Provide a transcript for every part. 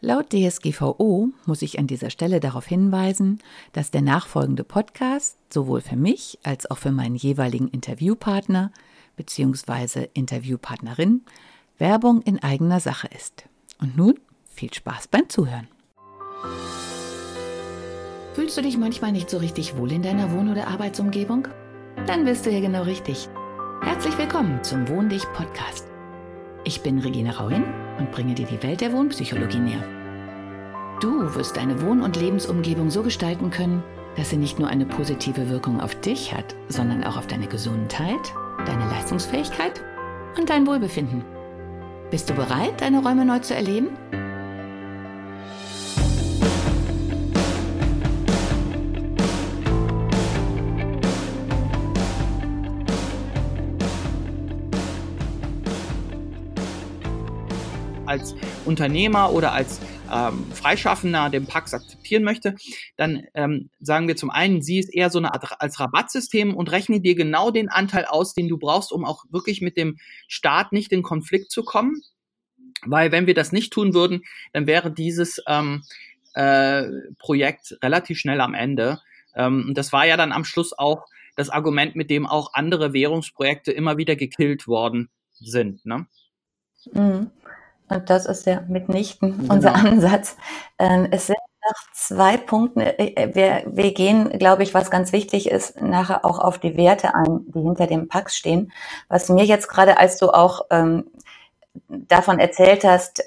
Laut DSGVO muss ich an dieser Stelle darauf hinweisen, dass der nachfolgende Podcast sowohl für mich als auch für meinen jeweiligen Interviewpartner bzw. Interviewpartnerin Werbung in eigener Sache ist. Und nun viel Spaß beim Zuhören. Fühlst du dich manchmal nicht so richtig wohl in deiner Wohn- oder Arbeitsumgebung? Dann bist du hier genau richtig. Herzlich willkommen zum Wohndich-Podcast. Ich bin Regine Rauhin und bringe dir die Welt der Wohnpsychologie näher. Du wirst deine Wohn- und Lebensumgebung so gestalten können, dass sie nicht nur eine positive Wirkung auf dich hat, sondern auch auf deine Gesundheit, deine Leistungsfähigkeit und dein Wohlbefinden. Bist du bereit, deine Räume neu zu erleben? Als Unternehmer oder als Freischaffender den Pax akzeptieren möchte, dann sagen wir zum einen, sieh es eher so eine Art als Rabattsystem und rechne dir genau den Anteil aus, den du brauchst, um auch wirklich mit dem Staat nicht in Konflikt zu kommen. Weil wenn wir das nicht tun würden, dann wäre dieses Projekt relativ schnell am Ende. Und das war ja dann am Schluss auch das Argument, mit dem auch andere Währungsprojekte immer wieder gekillt worden sind, ne? Mhm. Und das ist ja mitnichten unser Ansatz. Es sind noch 2 Punkte. Wir gehen, glaube ich, was ganz wichtig ist, nachher auch auf die Werte ein, die hinter dem Pax stehen. Was mir jetzt gerade, als du auch davon erzählt hast,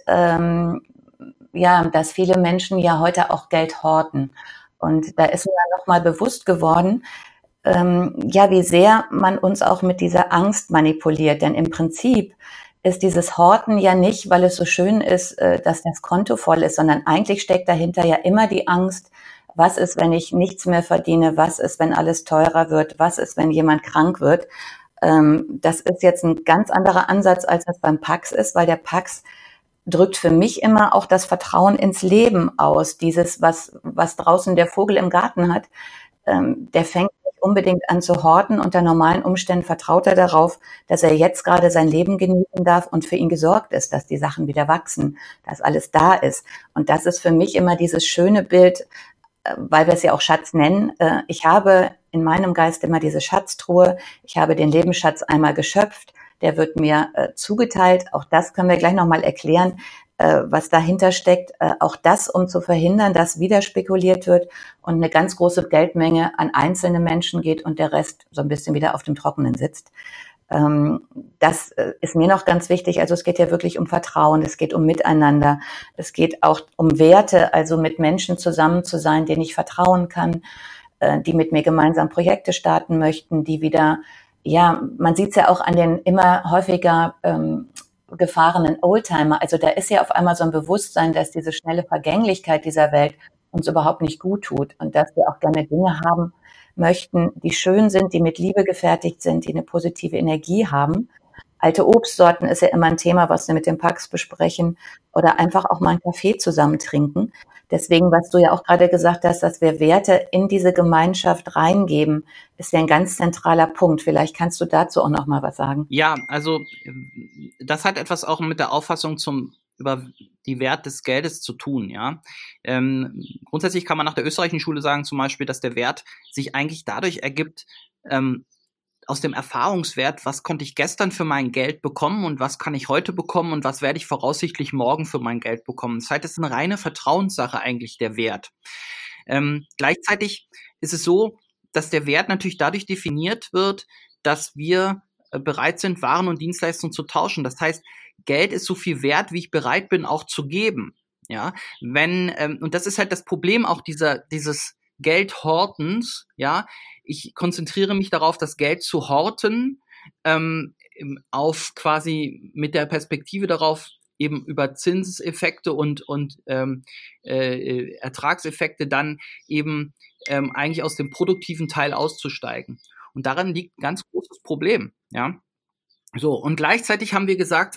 ja, dass viele Menschen ja heute auch Geld horten. Und da ist mir nochmal bewusst geworden, ja, wie sehr man uns auch mit dieser Angst manipuliert. Denn im Prinzip ist dieses Horten ja nicht, weil es so schön ist, dass das Konto voll ist, sondern eigentlich steckt dahinter ja immer die Angst, was ist, wenn ich nichts mehr verdiene, was ist, wenn alles teurer wird, was ist, wenn jemand krank wird. Das ist jetzt ein ganz anderer Ansatz, als es beim Pax ist, weil der Pax drückt für mich immer auch das Vertrauen ins Leben aus. Dieses, was draußen der Vogel im Garten hat, der fängt nicht unbedingt an zu horten. Unter normalen Umständen vertraut er darauf, dass er jetzt gerade sein Leben genießen darf und für ihn gesorgt ist, dass die Sachen wieder wachsen, dass alles da ist. Und das ist für mich immer dieses schöne Bild, weil wir es ja auch Schatz nennen. Ich habe in meinem Geist immer diese Schatztruhe. Ich habe den Lebensschatz einmal geschöpft. Der wird mir zugeteilt. Auch das können wir gleich nochmal erklären, was dahinter steckt. Auch das, um zu verhindern, dass wieder spekuliert wird und eine ganz große Geldmenge an einzelne Menschen geht und der Rest so ein bisschen wieder auf dem Trockenen sitzt. Das ist mir noch ganz wichtig. Also es geht ja wirklich um Vertrauen, es geht um Miteinander, es geht auch um Werte, also mit Menschen zusammen zu sein, denen ich vertrauen kann, die mit mir gemeinsam Projekte starten möchten, die wieder, ja, man sieht es ja auch an den immer häufiger gefahrenen Oldtimer. Also da ist ja auf einmal so ein Bewusstsein, dass diese schnelle Vergänglichkeit dieser Welt uns überhaupt nicht gut tut und dass wir auch gerne Dinge haben möchten, die schön sind, die mit Liebe gefertigt sind, die eine positive Energie haben. Alte Obstsorten ist ja immer ein Thema, was wir mit dem Pax besprechen oder einfach auch mal einen Kaffee zusammen trinken. Deswegen, was du ja auch gerade gesagt hast, dass wir Werte in diese Gemeinschaft reingeben, ist ja ein ganz zentraler Punkt. Vielleicht kannst du dazu auch noch mal was sagen. Ja, also das hat etwas auch mit der Auffassung über die Wert des Geldes zu tun, ja. Grundsätzlich kann man nach der österreichischen Schule sagen zum Beispiel, dass der Wert sich eigentlich dadurch ergibt, aus dem Erfahrungswert, was konnte ich gestern für mein Geld bekommen und was kann ich heute bekommen und was werde ich voraussichtlich morgen für mein Geld bekommen. Das heißt, es ist eine reine Vertrauenssache eigentlich, der Wert. Gleichzeitig ist es so, dass der Wert natürlich dadurch definiert wird, dass wir bereit sind, Waren und Dienstleistungen zu tauschen. Das heißt, Geld ist so viel wert, wie ich bereit bin, auch zu geben. Ja, und das ist halt das Problem auch dieses Geldhortens, ja. Ich konzentriere mich darauf, das Geld zu horten, auf quasi mit der Perspektive darauf, eben über Zinseffekte und Ertragseffekte dann eben eigentlich aus dem produktiven Teil auszusteigen. Und daran liegt ein ganz großes Problem, ja. So, und gleichzeitig haben wir gesagt,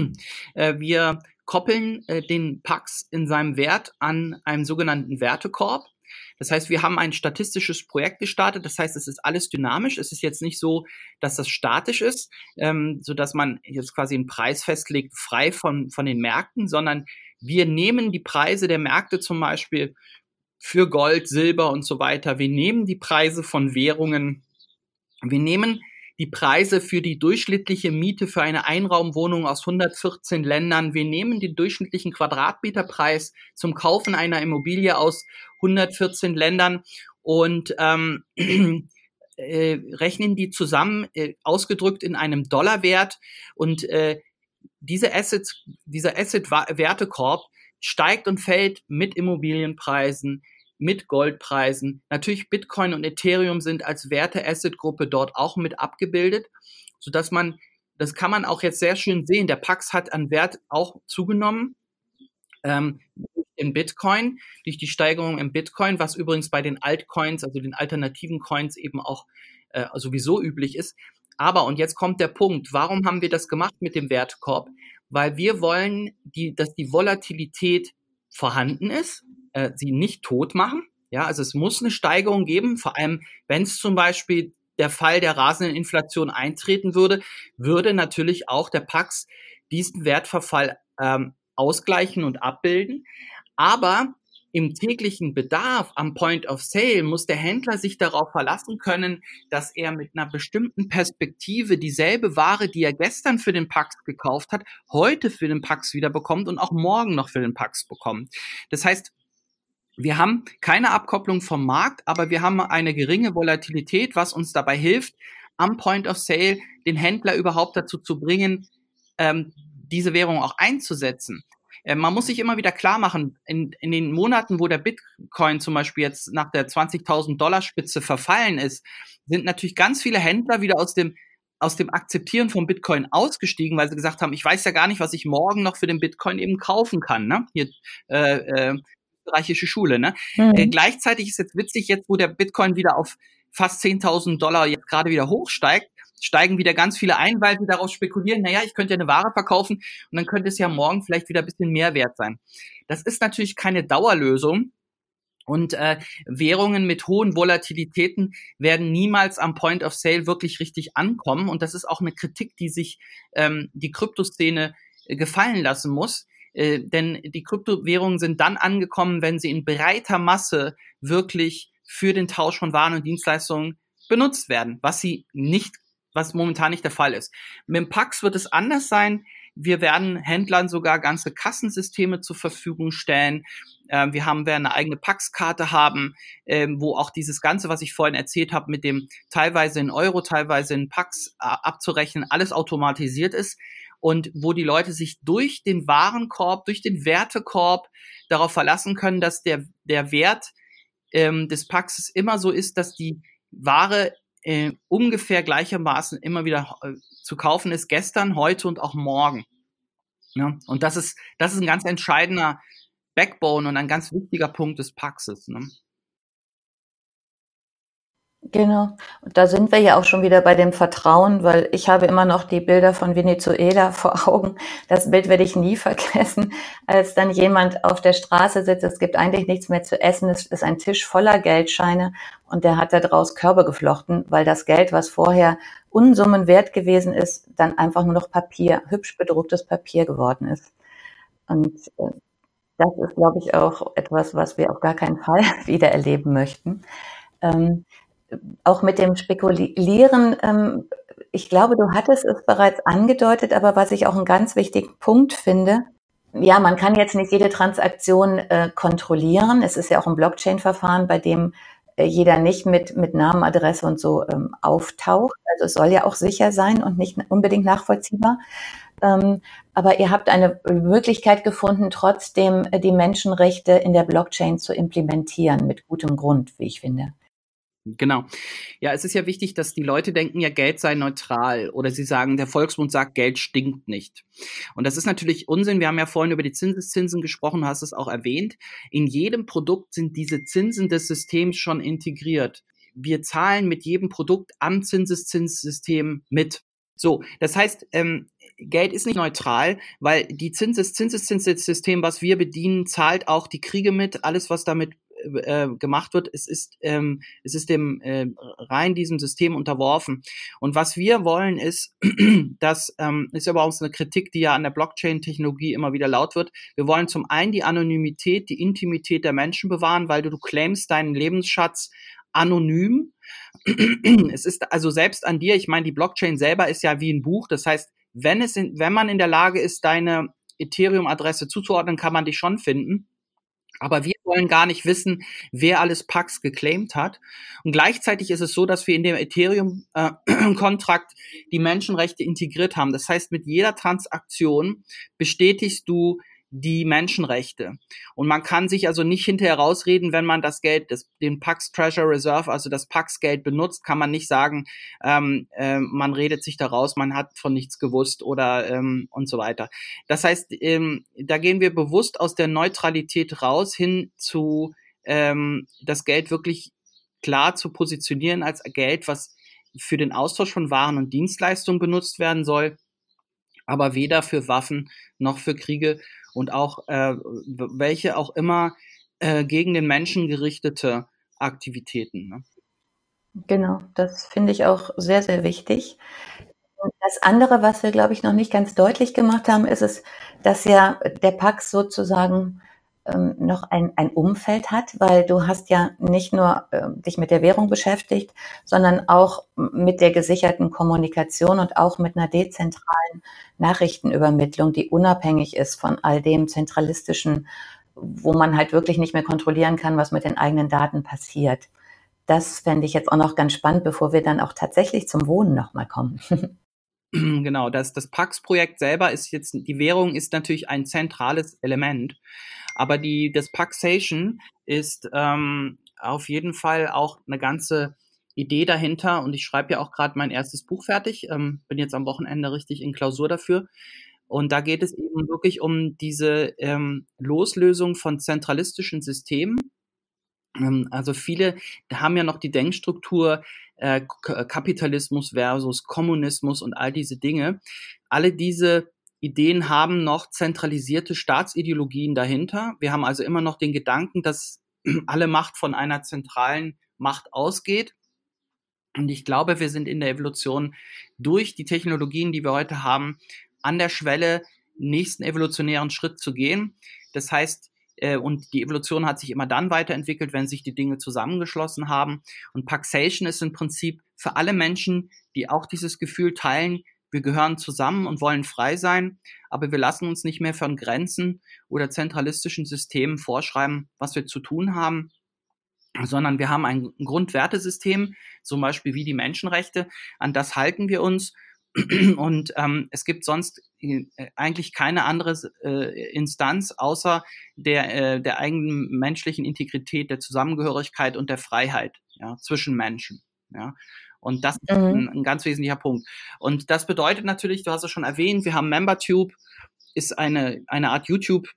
wir koppeln den Pax in seinem Wert an einem sogenannten Wertekorb. Das heißt, wir haben ein statistisches Projekt gestartet. Das heißt, es ist alles dynamisch. Es ist jetzt nicht so, dass das statisch ist, so dass man jetzt quasi einen Preis festlegt, frei von den Märkten, sondern wir nehmen die Preise der Märkte zum Beispiel für Gold, Silber und so weiter. Wir nehmen die Preise von Währungen. Wir nehmen die Preise für die durchschnittliche Miete für eine Einraumwohnung aus 114 Ländern. Wir nehmen den durchschnittlichen Quadratmeterpreis zum Kaufen einer Immobilie aus 114 Ländern und rechnen die zusammen, ausgedrückt in einem Dollarwert. Und dieser Asset-Wertekorb steigt und fällt mit Immobilienpreisen, mit Goldpreisen. Natürlich Bitcoin und Ethereum sind als Werte-Asset-Gruppe dort auch mit abgebildet, sodass das kann man auch jetzt sehr schön sehen. Der PAX hat an Wert auch zugenommen in Bitcoin, durch die Steigerung im Bitcoin, was übrigens bei den Altcoins, also den alternativen Coins eben auch sowieso üblich ist. Aber, und jetzt kommt der Punkt, warum haben wir das gemacht mit dem Wertkorb? Weil wir wollen, dass die Volatilität vorhanden ist, sie nicht tot machen. Ja, also es muss eine Steigerung geben, vor allem wenn es zum Beispiel der Fall der rasenden Inflation eintreten würde natürlich auch der PAX diesen Wertverfall ausgleichen und abbilden. Aber im täglichen Bedarf am Point of Sale muss der Händler sich darauf verlassen können, dass er mit einer bestimmten Perspektive dieselbe Ware, die er gestern für den PAX gekauft hat, heute für den PAX wieder bekommt und auch morgen noch für den PAX bekommt. Das heißt, wir haben keine Abkopplung vom Markt, aber wir haben eine geringe Volatilität, was uns dabei hilft, am Point of Sale den Händler überhaupt dazu zu bringen, diese Währung auch einzusetzen. Man muss sich immer wieder klar machen, in den Monaten, wo der Bitcoin zum Beispiel jetzt nach der 20.000 Dollar Spitze verfallen ist, sind natürlich ganz viele Händler wieder aus dem Akzeptieren von Bitcoin ausgestiegen, weil sie gesagt haben, ich weiß ja gar nicht, was ich morgen noch für den Bitcoin eben kaufen kann, ne? Hier, österreichische Schule, ne? Gleichzeitig ist jetzt witzig, jetzt wo der Bitcoin wieder auf fast 10.000 Dollar jetzt gerade wieder hochsteigt, steigen wieder ganz viele ein, weil sie daraus spekulieren, naja, ich könnte ja eine Ware verkaufen und dann könnte es ja morgen vielleicht wieder ein bisschen mehr wert sein. Das ist natürlich keine Dauerlösung und Währungen mit hohen Volatilitäten werden niemals am Point of Sale wirklich richtig ankommen und das ist auch eine Kritik, die sich die Kryptoszene gefallen lassen muss. Denn die Kryptowährungen sind dann angekommen, wenn sie in breiter Masse wirklich für den Tausch von Waren und Dienstleistungen benutzt werden, was momentan nicht der Fall ist. Mit dem PAX wird es anders sein. Wir werden Händlern sogar ganze Kassensysteme zur Verfügung stellen. Wir werden eine eigene PAX-Karte haben, wo auch dieses Ganze, was ich vorhin erzählt habe, mit dem teilweise in Euro, teilweise in PAX abzurechnen, alles automatisiert ist. Und wo die Leute sich durch den Warenkorb, durch den Wertekorb darauf verlassen können, dass der Wert des PAXes immer so ist, dass die Ware ungefähr gleichermaßen immer wieder zu kaufen ist, gestern, heute und auch morgen. Ja? Und das ist ein ganz entscheidender Backbone und ein ganz wichtiger Punkt des PAXes. Ne? Genau. Und da sind wir ja auch schon wieder bei dem Vertrauen, weil ich habe immer noch die Bilder von Venezuela vor Augen. Das Bild werde ich nie vergessen, als dann jemand auf der Straße sitzt. Es gibt eigentlich nichts mehr zu essen. Es ist ein Tisch voller Geldscheine und der hat da draus Körbe geflochten, weil das Geld, was vorher Unsummen wert gewesen ist, dann einfach nur noch Papier, hübsch bedrucktes Papier geworden ist. Und das ist, glaube ich, auch etwas, was wir auf gar keinen Fall wieder erleben möchten. Auch mit dem Spekulieren, ich glaube, du hattest es bereits angedeutet, aber was ich auch einen ganz wichtigen Punkt finde, ja, man kann jetzt nicht jede Transaktion kontrollieren. Es ist ja auch ein Blockchain-Verfahren, bei dem jeder nicht mit Namen, Adresse und so auftaucht. Also es soll ja auch sicher sein und nicht unbedingt nachvollziehbar. Aber ihr habt eine Möglichkeit gefunden, trotzdem die Menschenrechte in der Blockchain zu implementieren, mit gutem Grund, wie ich finde. Genau. Ja, es ist ja wichtig, dass die Leute denken, ja, Geld sei neutral oder sie sagen, der Volksmund sagt, Geld stinkt nicht. Und das ist natürlich Unsinn. Wir haben ja vorhin über die Zinseszinsen gesprochen, du hast es auch erwähnt. In jedem Produkt sind diese Zinsen des Systems schon integriert. Wir zahlen mit jedem Produkt am Zinseszinssystem mit. So, das heißt, Geld ist nicht neutral, weil die Zinseszinssystem, was wir bedienen, zahlt auch die Kriege mit, alles, was damit gemacht wird, es ist dem rein diesem System unterworfen. Und was wir wollen ist, das ist übrigens eine Kritik, die ja an der Blockchain-Technologie immer wieder laut wird. Wir wollen zum einen die Anonymität, die Intimität der Menschen bewahren, weil du claimst deinen Lebensschatz anonym. Es ist also selbst an dir, ich meine, die Blockchain selber ist ja wie ein Buch, das heißt, wenn man in der Lage ist, deine Ethereum-Adresse zuzuordnen, kann man dich schon finden. Aber wir wollen gar nicht wissen, wer alles Pax geclaimt hat. Und gleichzeitig ist es so, dass wir in dem Ethereum-Kontrakt die Menschenrechte integriert haben. Das heißt, mit jeder Transaktion bestätigst du die Menschenrechte. Und man kann sich also nicht hinterher rausreden, wenn man das Geld, den Pax Treasure Reserve, also das Pax-Geld benutzt, kann man nicht sagen, man redet sich da raus, man hat von nichts gewusst oder und so weiter. Das heißt, da gehen wir bewusst aus der Neutralität raus hin zu das Geld wirklich klar zu positionieren als Geld, was für den Austausch von Waren und Dienstleistungen benutzt werden soll, aber weder für Waffen noch für Kriege und auch welche auch immer gegen den Menschen gerichtete Aktivitäten. Ne? Genau, das finde ich auch sehr, sehr wichtig. Und das andere, was wir, glaube ich, noch nicht ganz deutlich gemacht haben, ist es, dass ja der Pax sozusagen noch ein Umfeld hat, weil du hast ja nicht nur dich mit der Währung beschäftigt, sondern auch mit der gesicherten Kommunikation und auch mit einer dezentralen Nachrichtenübermittlung, die unabhängig ist von all dem Zentralistischen, wo man halt wirklich nicht mehr kontrollieren kann, was mit den eigenen Daten passiert. Das fände ich jetzt auch noch ganz spannend, bevor wir dann auch tatsächlich zum Wohnen nochmal kommen. Genau, das Pax-Projekt selber ist jetzt, die Währung ist natürlich ein zentrales Element, aber das Paxation ist auf jeden Fall auch eine ganze Idee dahinter und ich schreibe ja auch gerade mein erstes Buch fertig, bin jetzt am Wochenende richtig in Klausur dafür und da geht es eben wirklich um diese Loslösung von zentralistischen Systemen. Also viele haben ja noch die Denkstruktur Kapitalismus versus Kommunismus und all diese Dinge. Alle diese Ideen haben noch zentralisierte Staatsideologien dahinter. Wir haben also immer noch den Gedanken, dass alle Macht von einer zentralen Macht ausgeht. Und ich glaube, wir sind in der Evolution durch die Technologien, die wir heute haben, an der Schwelle, nächsten evolutionären Schritt zu gehen. Das heißt, und die Evolution hat sich immer dann weiterentwickelt, wenn sich die Dinge zusammengeschlossen haben. Und Paxation ist im Prinzip für alle Menschen, die auch dieses Gefühl teilen, wir gehören zusammen und wollen frei sein, aber wir lassen uns nicht mehr von Grenzen oder zentralistischen Systemen vorschreiben, was wir zu tun haben, sondern wir haben ein Grundwertesystem, zum Beispiel wie die Menschenrechte, an das halten wir uns. Und es gibt sonst eigentlich keine andere Instanz außer der eigenen menschlichen Integrität, der Zusammengehörigkeit und der Freiheit, ja, zwischen Menschen. Ja. Und das ist ein ganz wesentlicher Punkt. Und das bedeutet natürlich, du hast es schon erwähnt, wir haben MemberTube, ist eine Art YouTube,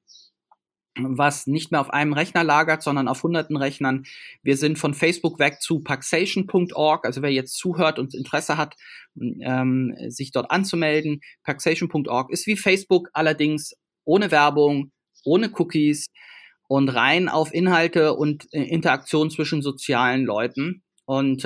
was nicht mehr auf einem Rechner lagert, sondern auf hunderten Rechnern. Wir sind von Facebook weg zu paxation.org, also wer jetzt zuhört und Interesse hat, sich dort anzumelden. Paxation.org ist wie Facebook, allerdings ohne Werbung, ohne Cookies und rein auf Inhalte und Interaktion zwischen sozialen Leuten. Und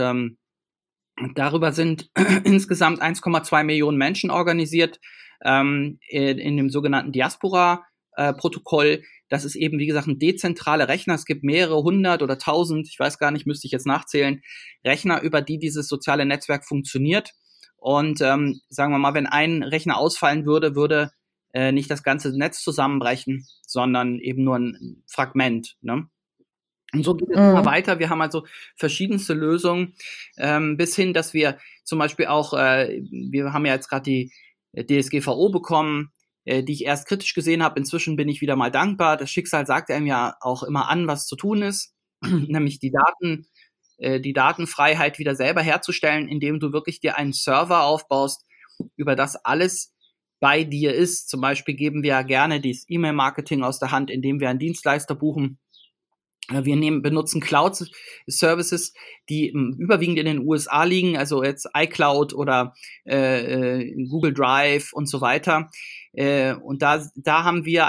darüber sind insgesamt 1,2 Millionen Menschen organisiert in dem sogenannten Diaspora-Protokoll. Das ist eben, wie gesagt, ein dezentraler Rechner. Es gibt mehrere hundert oder tausend, ich weiß gar nicht, müsste ich jetzt nachzählen, Rechner, über die dieses soziale Netzwerk funktioniert. Und sagen wir mal, wenn ein Rechner ausfallen würde, würde nicht das ganze Netz zusammenbrechen, sondern eben nur ein Fragment. Ne? Und so geht es immer weiter. Wir haben also verschiedenste Lösungen, bis hin, dass wir zum Beispiel auch, wir haben ja jetzt gerade die DSGVO bekommen, die ich erst kritisch gesehen habe. Inzwischen bin ich wieder mal dankbar. Das Schicksal sagt einem ja auch immer an, was zu tun ist, nämlich die Datenfreiheit wieder selber herzustellen, indem du wirklich dir einen Server aufbaust, über das alles bei dir ist. Zum Beispiel geben wir ja gerne das E-Mail-Marketing aus der Hand, indem wir einen Dienstleister buchen. Wir benutzen Cloud-Services, die überwiegend in den USA liegen, also jetzt iCloud oder Google Drive und so weiter. Und da haben wir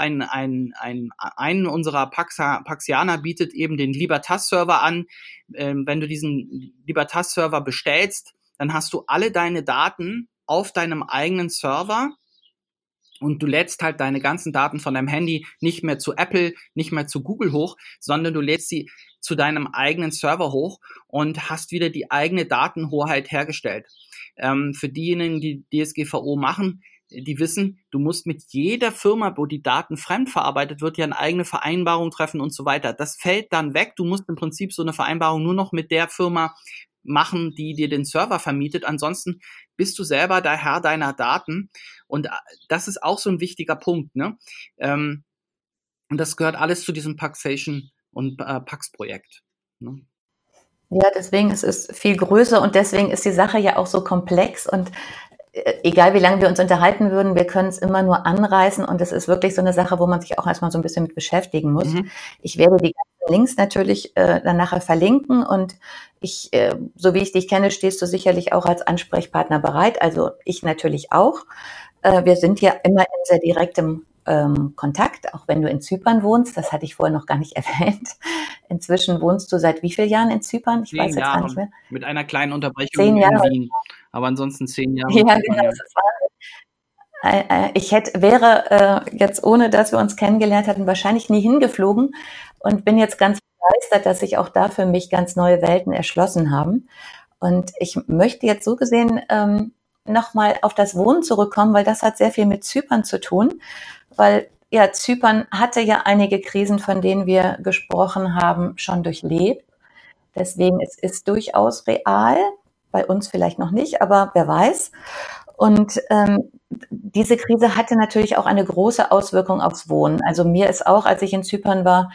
einen unserer Paxianer bietet eben den Libertas-Server an. Wenn du diesen Libertas-Server bestellst, dann hast du alle deine Daten auf deinem eigenen Server und du lädst halt deine ganzen Daten von deinem Handy nicht mehr zu Apple, nicht mehr zu Google hoch, sondern du lädst sie zu deinem eigenen Server hoch und hast wieder die eigene Datenhoheit hergestellt. Für diejenigen, die DSGVO machen, die wissen, du musst mit jeder Firma, wo die Daten fremdverarbeitet wird, ja eine eigene Vereinbarung treffen und so weiter. Das fällt dann weg. Du musst im Prinzip so eine Vereinbarung nur noch mit der Firma machen, die dir den Server vermietet. Ansonsten bist du selber der Herr deiner Daten. Und das ist auch so ein wichtiger Punkt, ne? Und das gehört alles zu diesem Paxation und Pax-Projekt, ne? Ja, deswegen ist es viel größer und deswegen ist die Sache ja auch so komplex und egal wie lange wir uns unterhalten würden, wir können es immer nur anreißen und es ist wirklich so eine Sache, wo man sich auch erstmal so ein bisschen mit beschäftigen muss. Ich werde die ganzen Links natürlich dann nachher verlinken und so wie ich dich kenne, stehst du sicherlich auch als Ansprechpartner bereit, also ich natürlich auch. Wir sind ja immer in sehr direktem Kontakt, auch wenn du in Zypern wohnst, das hatte ich vorher noch gar nicht erwähnt. Inzwischen wohnst du seit wie vielen Jahren in Zypern? Ich weiß jetzt gar nicht mehr. Mit einer kleinen Unterbrechung 10 Jahre. in Wien, aber ansonsten 10 Jahre. Ja, genau, das ist Wahnsinn. Ich wäre jetzt, ohne dass wir uns kennengelernt hatten, wahrscheinlich nie hingeflogen und bin jetzt ganz begeistert, dass sich auch da für mich ganz neue Welten erschlossen haben. Und ich möchte jetzt so gesehen nochmal auf das Wohnen zurückkommen, weil das hat sehr viel mit Zypern zu tun, weil ja, Zypern hatte ja einige Krisen, von denen wir gesprochen haben, schon durchlebt. Deswegen es ist durchaus real, bei uns vielleicht noch nicht, aber wer weiß. Und diese Krise hatte natürlich auch eine große Auswirkung aufs Wohnen. Also mir ist auch, als ich in Zypern war,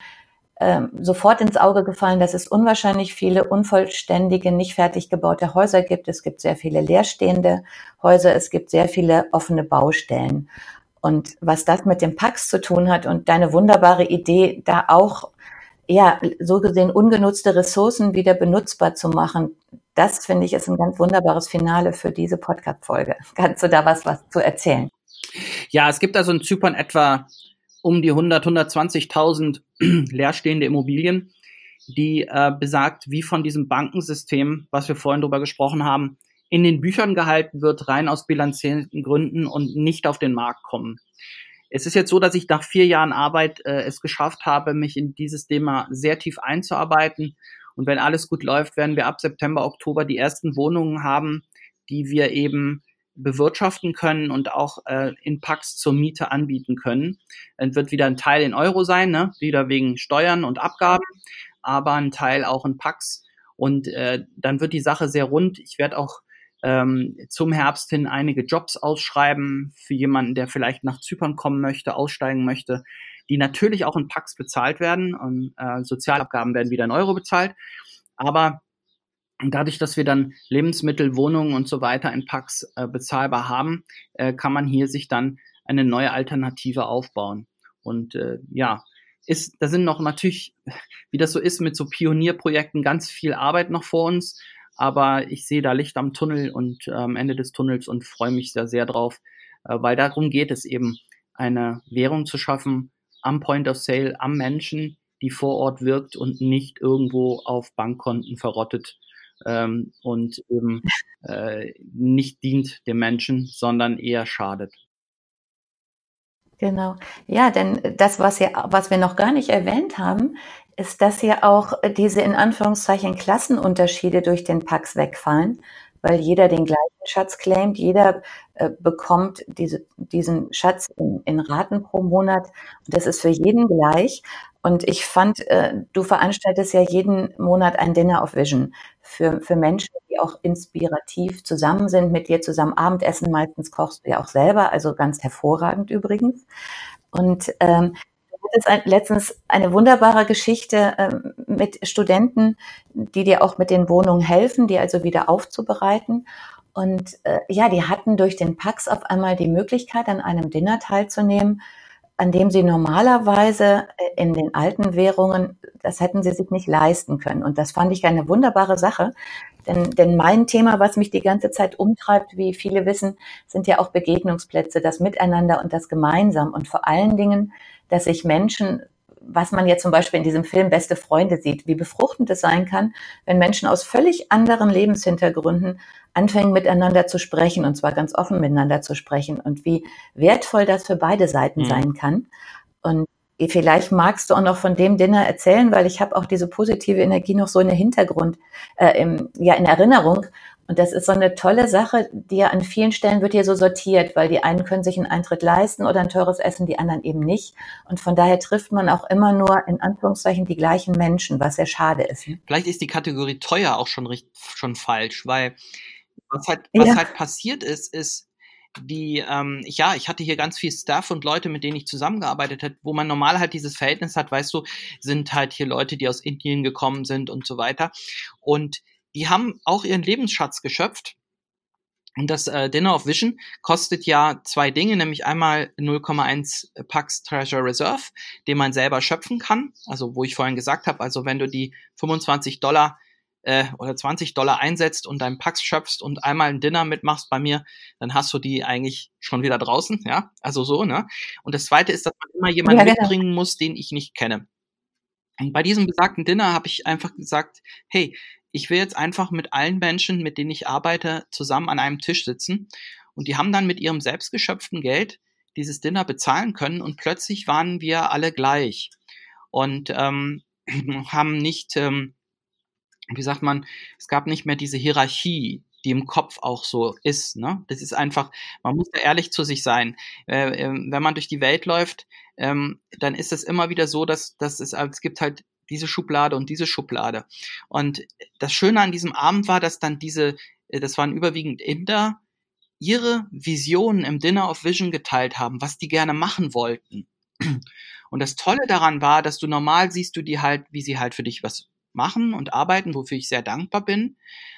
sofort ins Auge gefallen, dass es unwahrscheinlich viele unvollständige, nicht fertig gebaute Häuser gibt. Es gibt sehr viele leerstehende Häuser, es gibt sehr viele offene Baustellen. Und was das mit dem Pax zu tun hat und deine wunderbare Idee, da auch, ja, so gesehen ungenutzte Ressourcen wieder benutzbar zu machen, das finde ich ist ein ganz wunderbares Finale für diese Podcast-Folge. Kannst du da was zu erzählen? Ja, es gibt also in Zypern etwa um die 120.000 leerstehende Immobilien, die besagt, wie von diesem Bankensystem, was wir vorhin drüber gesprochen haben, in den Büchern gehalten wird, rein aus bilanziellen Gründen und nicht auf den Markt kommen. Es ist jetzt so, dass ich nach 4 Jahren Arbeit es geschafft habe, mich in dieses Thema sehr tief einzuarbeiten. Und wenn alles gut läuft, werden wir ab September, Oktober die ersten Wohnungen haben, die wir eben bewirtschaften können und auch in Pax zur Miete anbieten können. Dann wird wieder ein Teil in Euro sein, ne? Wieder wegen Steuern und Abgaben, aber ein Teil auch in Pax. Und dann wird die Sache sehr rund. Ich werde auch zum Herbst hin einige Jobs ausschreiben für jemanden, der vielleicht nach Zypern kommen möchte, aussteigen möchte, die natürlich auch in Pax bezahlt werden und Sozialabgaben werden wieder in Euro bezahlt. Aber dadurch, dass wir dann Lebensmittel, Wohnungen und so weiter in Pax bezahlbar haben, kann man hier sich dann eine neue Alternative aufbauen. Und da sind noch natürlich, wie das so ist mit so Pionierprojekten, ganz viel Arbeit noch vor uns. Aber ich sehe da Licht am Tunnel und am Ende des Tunnels und freue mich da sehr drauf, weil darum geht es eben, eine Währung zu schaffen am Point of Sale, am Menschen, die vor Ort wirkt und nicht irgendwo auf Bankkonten verrottet und eben nicht dient dem Menschen, sondern eher schadet. Genau. Ja, denn das, was wir noch gar nicht erwähnt haben, ist, dass ja auch diese in Anführungszeichen Klassenunterschiede durch den Pax wegfallen, weil jeder den gleichen Schatz claimt, jeder bekommt diesen Schatz in Raten pro Monat. Und das ist für jeden gleich. Und ich fand, du veranstaltest ja jeden Monat ein Dinner of Vision für Menschen, die auch inspirativ zusammen sind, mit dir zusammen Abendessen. Meistens kochst du ja auch selber, also ganz hervorragend übrigens. Und du hattest letztens eine wunderbare Geschichte mit Studenten, die dir auch mit den Wohnungen helfen, die also wieder aufzubereiten. Und die hatten durch den Pax auf einmal die Möglichkeit, an einem Dinner teilzunehmen, an dem sie normalerweise in den alten Währungen, das hätten sie sich nicht leisten können. Und das fand ich eine wunderbare Sache. Denn mein Thema, was mich die ganze Zeit umtreibt, wie viele wissen, sind ja auch Begegnungsplätze, das Miteinander und das Gemeinsam. Und vor allen Dingen, dass sich Menschen, was man jetzt zum Beispiel in diesem Film Beste Freunde sieht, wie befruchtend es sein kann, wenn Menschen aus völlig anderen Lebenshintergründen anfangen miteinander zu sprechen, und zwar ganz offen miteinander zu sprechen, und wie wertvoll das für beide Seiten sein kann. Und vielleicht magst du auch noch von dem Dinner erzählen, weil ich habe auch diese positive Energie noch so in der Hintergrund, in Erinnerung. Und das ist so eine tolle Sache, die ja an vielen Stellen wird hier so sortiert, weil die einen können sich einen Eintritt leisten oder ein teures Essen, die anderen eben nicht. Und von daher trifft man auch immer nur in Anführungszeichen die gleichen Menschen, was sehr schade ist. Vielleicht ist die Kategorie teuer auch schon falsch, weil was halt passiert ist ich hatte hier ganz viel Staff und Leute, mit denen ich zusammengearbeitet habe, wo man normal halt dieses Verhältnis hat, weißt du, sind halt hier Leute, die aus Indien gekommen sind und so weiter. Und die haben auch ihren Lebensschatz geschöpft. Und das Dinner of Vision kostet ja 2 Dinge, nämlich einmal 0,1 Pax Treasure Reserve, den man selber schöpfen kann. Also wo ich vorhin gesagt habe, also wenn du die $25 oder $20 einsetzt und deinen Pax schöpfst und einmal ein Dinner mitmachst bei mir, dann hast du die eigentlich schon wieder draußen, ja, also so, ne? Und das Zweite ist, dass man immer jemanden mitbringen muss, den ich nicht kenne. Und bei diesem besagten Dinner habe ich einfach gesagt, hey, ich will jetzt einfach mit allen Menschen, mit denen ich arbeite, zusammen an einem Tisch sitzen. Und die haben dann mit ihrem selbstgeschöpften Geld dieses Dinner bezahlen können und plötzlich waren wir alle gleich und haben nicht, wie sagt man, es gab nicht mehr diese Hierarchie, die im Kopf auch so ist, ne? Das ist einfach, man muss da ehrlich zu sich sein. Wenn man durch die Welt läuft, dann ist es immer wieder so, dass es gibt halt diese Schublade und diese Schublade. Und das Schöne an diesem Abend war, dass dann das waren überwiegend Inder, ihre Visionen im Dinner of Vision geteilt haben, was die gerne machen wollten. Und das Tolle daran war, dass du normal siehst du die halt, wie sie halt für dich was machen und arbeiten, wofür ich sehr dankbar bin,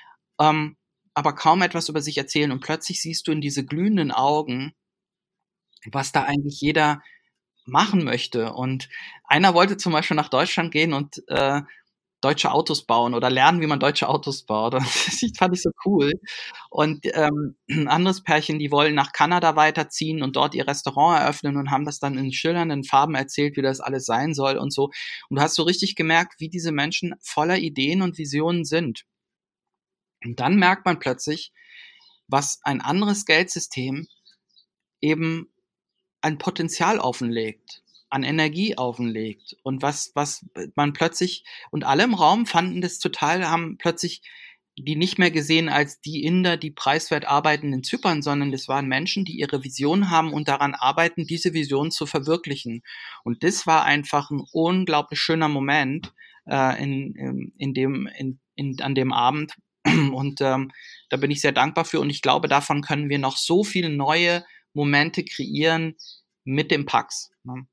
aber kaum etwas über sich erzählen. Und plötzlich siehst du in diese glühenden Augen, was da eigentlich jeder machen möchte. Und einer wollte zum Beispiel nach Deutschland gehen und deutsche Autos bauen oder lernen, wie man deutsche Autos baut. Und das fand ich so cool. Und ein anderes Pärchen, die wollen nach Kanada weiterziehen und dort ihr Restaurant eröffnen und haben das dann in schillernden Farben erzählt, wie das alles sein soll und so. Und du hast so richtig gemerkt, wie diese Menschen voller Ideen und Visionen sind. Und dann merkt man plötzlich, was ein anderes Geldsystem eben ein Potenzial offenlegt, an Energie offenlegt und was man plötzlich, und alle im Raum fanden das total, haben plötzlich die nicht mehr gesehen als die Inder, die preiswert arbeiten in Zypern, sondern das waren Menschen, die ihre Vision haben und daran arbeiten, diese Vision zu verwirklichen. Und das war einfach ein unglaublich schöner Moment an dem Abend. Und da bin ich sehr dankbar für und ich glaube, davon können wir noch so viele neue Momente kreieren mit dem Pax. Ne?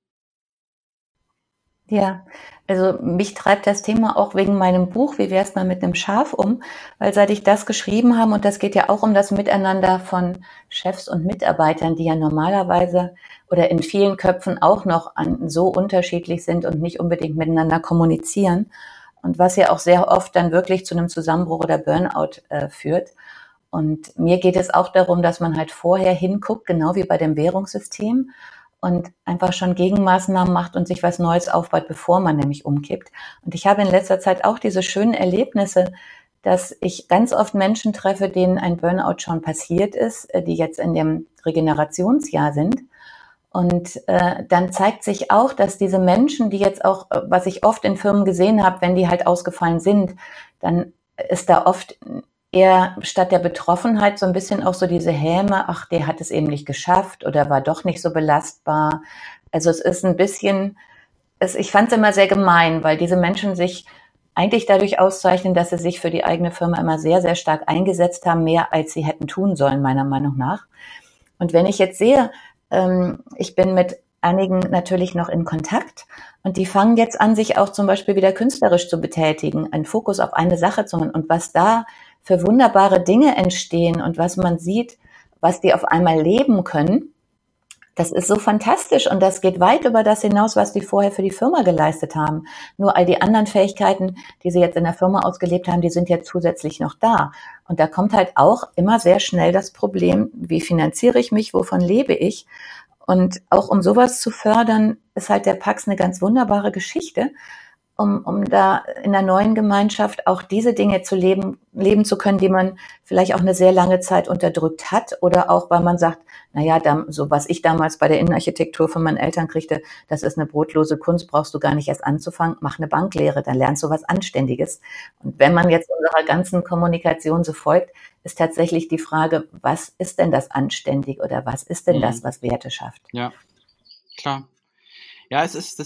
Ja, also mich treibt das Thema auch wegen meinem Buch, wie wär's mal mit einem Schaf weil seit ich das geschrieben habe, und das geht ja auch um das Miteinander von Chefs und Mitarbeitern, die ja normalerweise oder in vielen Köpfen auch noch so unterschiedlich sind und nicht unbedingt miteinander kommunizieren und was ja auch sehr oft dann wirklich zu einem Zusammenbruch oder Burnout führt. Und mir geht es auch darum, dass man halt vorher hinguckt, genau wie bei dem Währungssystem, und einfach schon Gegenmaßnahmen macht und sich was Neues aufbaut, bevor man nämlich umkippt. Und ich habe in letzter Zeit auch diese schönen Erlebnisse, dass ich ganz oft Menschen treffe, denen ein Burnout schon passiert ist, die jetzt in dem Regenerationsjahr sind. Und dann zeigt sich auch, dass diese Menschen, die jetzt auch, was ich oft in Firmen gesehen habe, wenn die halt ausgefallen sind, dann ist da oft eher statt der Betroffenheit so ein bisschen auch so diese Häme, ach, der hat es eben nicht geschafft oder war doch nicht so belastbar. Also es ist ein bisschen, ich fand es immer sehr gemein, weil diese Menschen sich eigentlich dadurch auszeichnen, dass sie sich für die eigene Firma immer sehr, sehr stark eingesetzt haben, mehr als sie hätten tun sollen, meiner Meinung nach. Und wenn ich jetzt sehe, ich bin mit einigen natürlich noch in Kontakt und die fangen jetzt an, sich auch zum Beispiel wieder künstlerisch zu betätigen, einen Fokus auf eine Sache zu haben und was da für wunderbare Dinge entstehen und was man sieht, was die auf einmal leben können, Das ist so fantastisch und das geht weit über das hinaus, was die vorher für die Firma geleistet haben. Nur all die anderen Fähigkeiten, die sie jetzt in der Firma ausgelebt haben, die sind jetzt zusätzlich noch da. Und da kommt halt auch immer sehr schnell das Problem, wie finanziere ich mich, wovon lebe ich? Und auch um sowas zu fördern, ist halt der Pax eine ganz wunderbare Geschichte, um da in der neuen Gemeinschaft auch diese Dinge zu leben zu können, die man vielleicht auch eine sehr lange Zeit unterdrückt hat oder auch, weil man sagt, naja, so was ich damals bei der Innenarchitektur von meinen Eltern kriegte, das ist eine brotlose Kunst, brauchst du gar nicht erst anzufangen, mach eine Banklehre, dann lernst du was Anständiges. Und wenn man jetzt unserer ganzen Kommunikation so folgt, ist tatsächlich die Frage, was ist denn das anständig oder was ist denn das, was Werte schafft? Ja, klar. Ja, das ist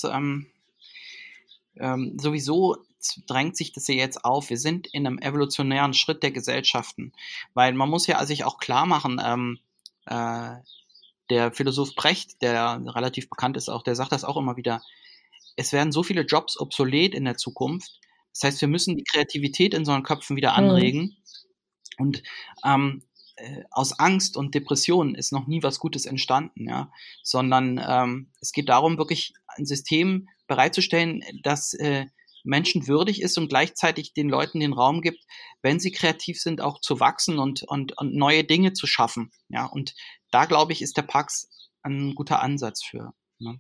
sowieso drängt sich das ja jetzt auf. Wir sind in einem evolutionären Schritt der Gesellschaften, weil man muss ja sich auch klar machen, der Philosoph Brecht, der relativ bekannt ist auch, der sagt das auch immer wieder, es werden so viele Jobs obsolet in der Zukunft. Das heißt, wir müssen die Kreativität in unseren Köpfen wieder anregen. Und aus Angst und Depressionen ist noch nie was Gutes entstanden, ja, sondern es geht darum, wirklich ein System bereitzustellen, das menschenwürdig ist und gleichzeitig den Leuten den Raum gibt, wenn sie kreativ sind, auch zu wachsen und neue Dinge zu schaffen, ja, und da, glaube ich, ist der Pax ein guter Ansatz für. Ne?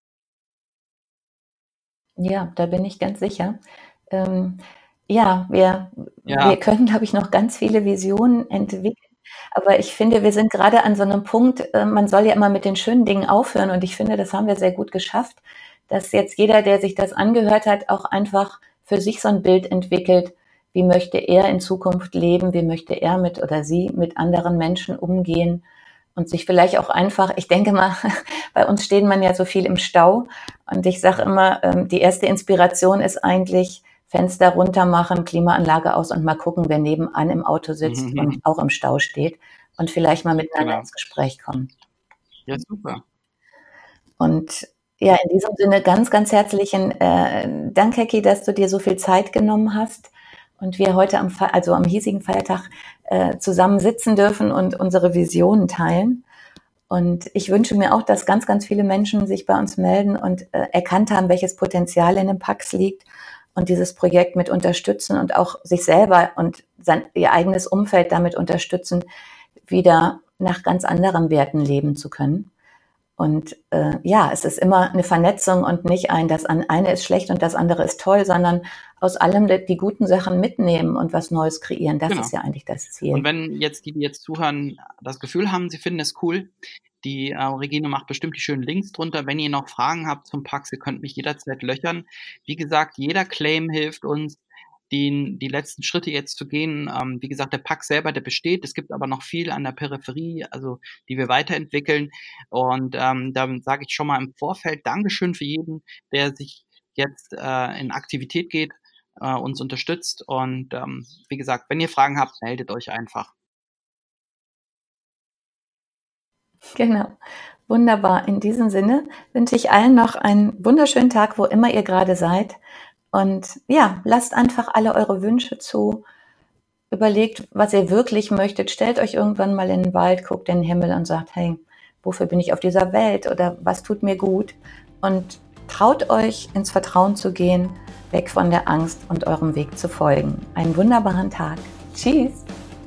Ja, da bin ich ganz sicher. Wir können, glaube ich, noch ganz viele Visionen entwickeln. Aber ich finde, wir sind gerade an so einem Punkt, man soll ja immer mit den schönen Dingen aufhören. Und ich finde, das haben wir sehr gut geschafft, dass jetzt jeder, der sich das angehört hat, auch einfach für sich so ein Bild entwickelt, wie möchte er in Zukunft leben, wie möchte er mit oder sie mit anderen Menschen umgehen und sich vielleicht auch einfach, ich denke mal, bei uns steht man ja so viel im Stau. Und ich sage immer, die erste Inspiration ist eigentlich, Fenster runter machen, Klimaanlage aus und mal gucken, wer nebenan im Auto sitzt und auch im Stau steht und vielleicht mal miteinander ins Gespräch kommen. Ja, super. Und ja, in diesem Sinne ganz, ganz herzlichen Dank, Hecki, dass du dir so viel Zeit genommen hast und wir heute am hiesigen Feiertag zusammen sitzen dürfen und unsere Visionen teilen. Und ich wünsche mir auch, dass ganz, ganz viele Menschen sich bei uns melden und erkannt haben, welches Potenzial in dem Pax liegt und dieses Projekt mit unterstützen und auch sich selber und ihr eigenes Umfeld damit unterstützen, wieder nach ganz anderen Werten leben zu können. Und es ist immer eine Vernetzung und nicht das eine ist schlecht und das andere ist toll, sondern aus allem die guten Sachen mitnehmen und was Neues kreieren. Das ist ja eigentlich das Ziel. Und wenn jetzt die jetzt zuhören, das Gefühl haben, sie finden es cool, die Regine macht bestimmt die schönen Links drunter. Wenn ihr noch Fragen habt zum Pax, ihr könnt mich jederzeit löchern. Wie gesagt, jeder Claim hilft uns, die letzten Schritte jetzt zu gehen. Wie gesagt, der Pax selber, der besteht. Es gibt aber noch viel an der Peripherie, also die wir weiterentwickeln. Und dann sage ich schon mal im Vorfeld Dankeschön für jeden, der sich jetzt in Aktivität geht, uns unterstützt. Und wie gesagt, wenn ihr Fragen habt, meldet euch einfach. Genau, wunderbar. In diesem Sinne wünsche ich allen noch einen wunderschönen Tag, wo immer ihr gerade seid. Und ja, lasst einfach alle eure Wünsche zu. Überlegt, was ihr wirklich möchtet. Stellt euch irgendwann mal in den Wald, guckt in den Himmel und sagt, hey, wofür bin ich auf dieser Welt oder was tut mir gut? Und traut euch, ins Vertrauen zu gehen, weg von der Angst und eurem Weg zu folgen. Einen wunderbaren Tag. Tschüss!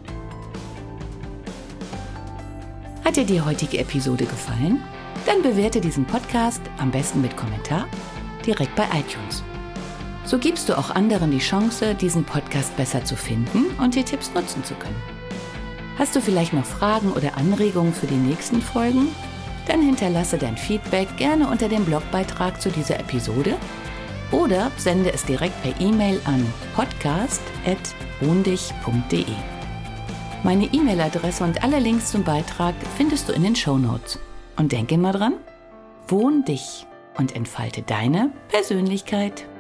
Hat dir die heutige Episode gefallen? Dann bewerte diesen Podcast am besten mit Kommentar direkt bei iTunes. So gibst du auch anderen die Chance, diesen Podcast besser zu finden und die Tipps nutzen zu können. Hast du vielleicht noch Fragen oder Anregungen für die nächsten Folgen? Dann hinterlasse dein Feedback gerne unter dem Blogbeitrag zu dieser Episode oder sende es direkt per E-Mail an podcast@wohndich.de. Meine E-Mail-Adresse und alle Links zum Beitrag findest du in den Shownotes. Und denke immer dran, wohn dich und entfalte deine Persönlichkeit.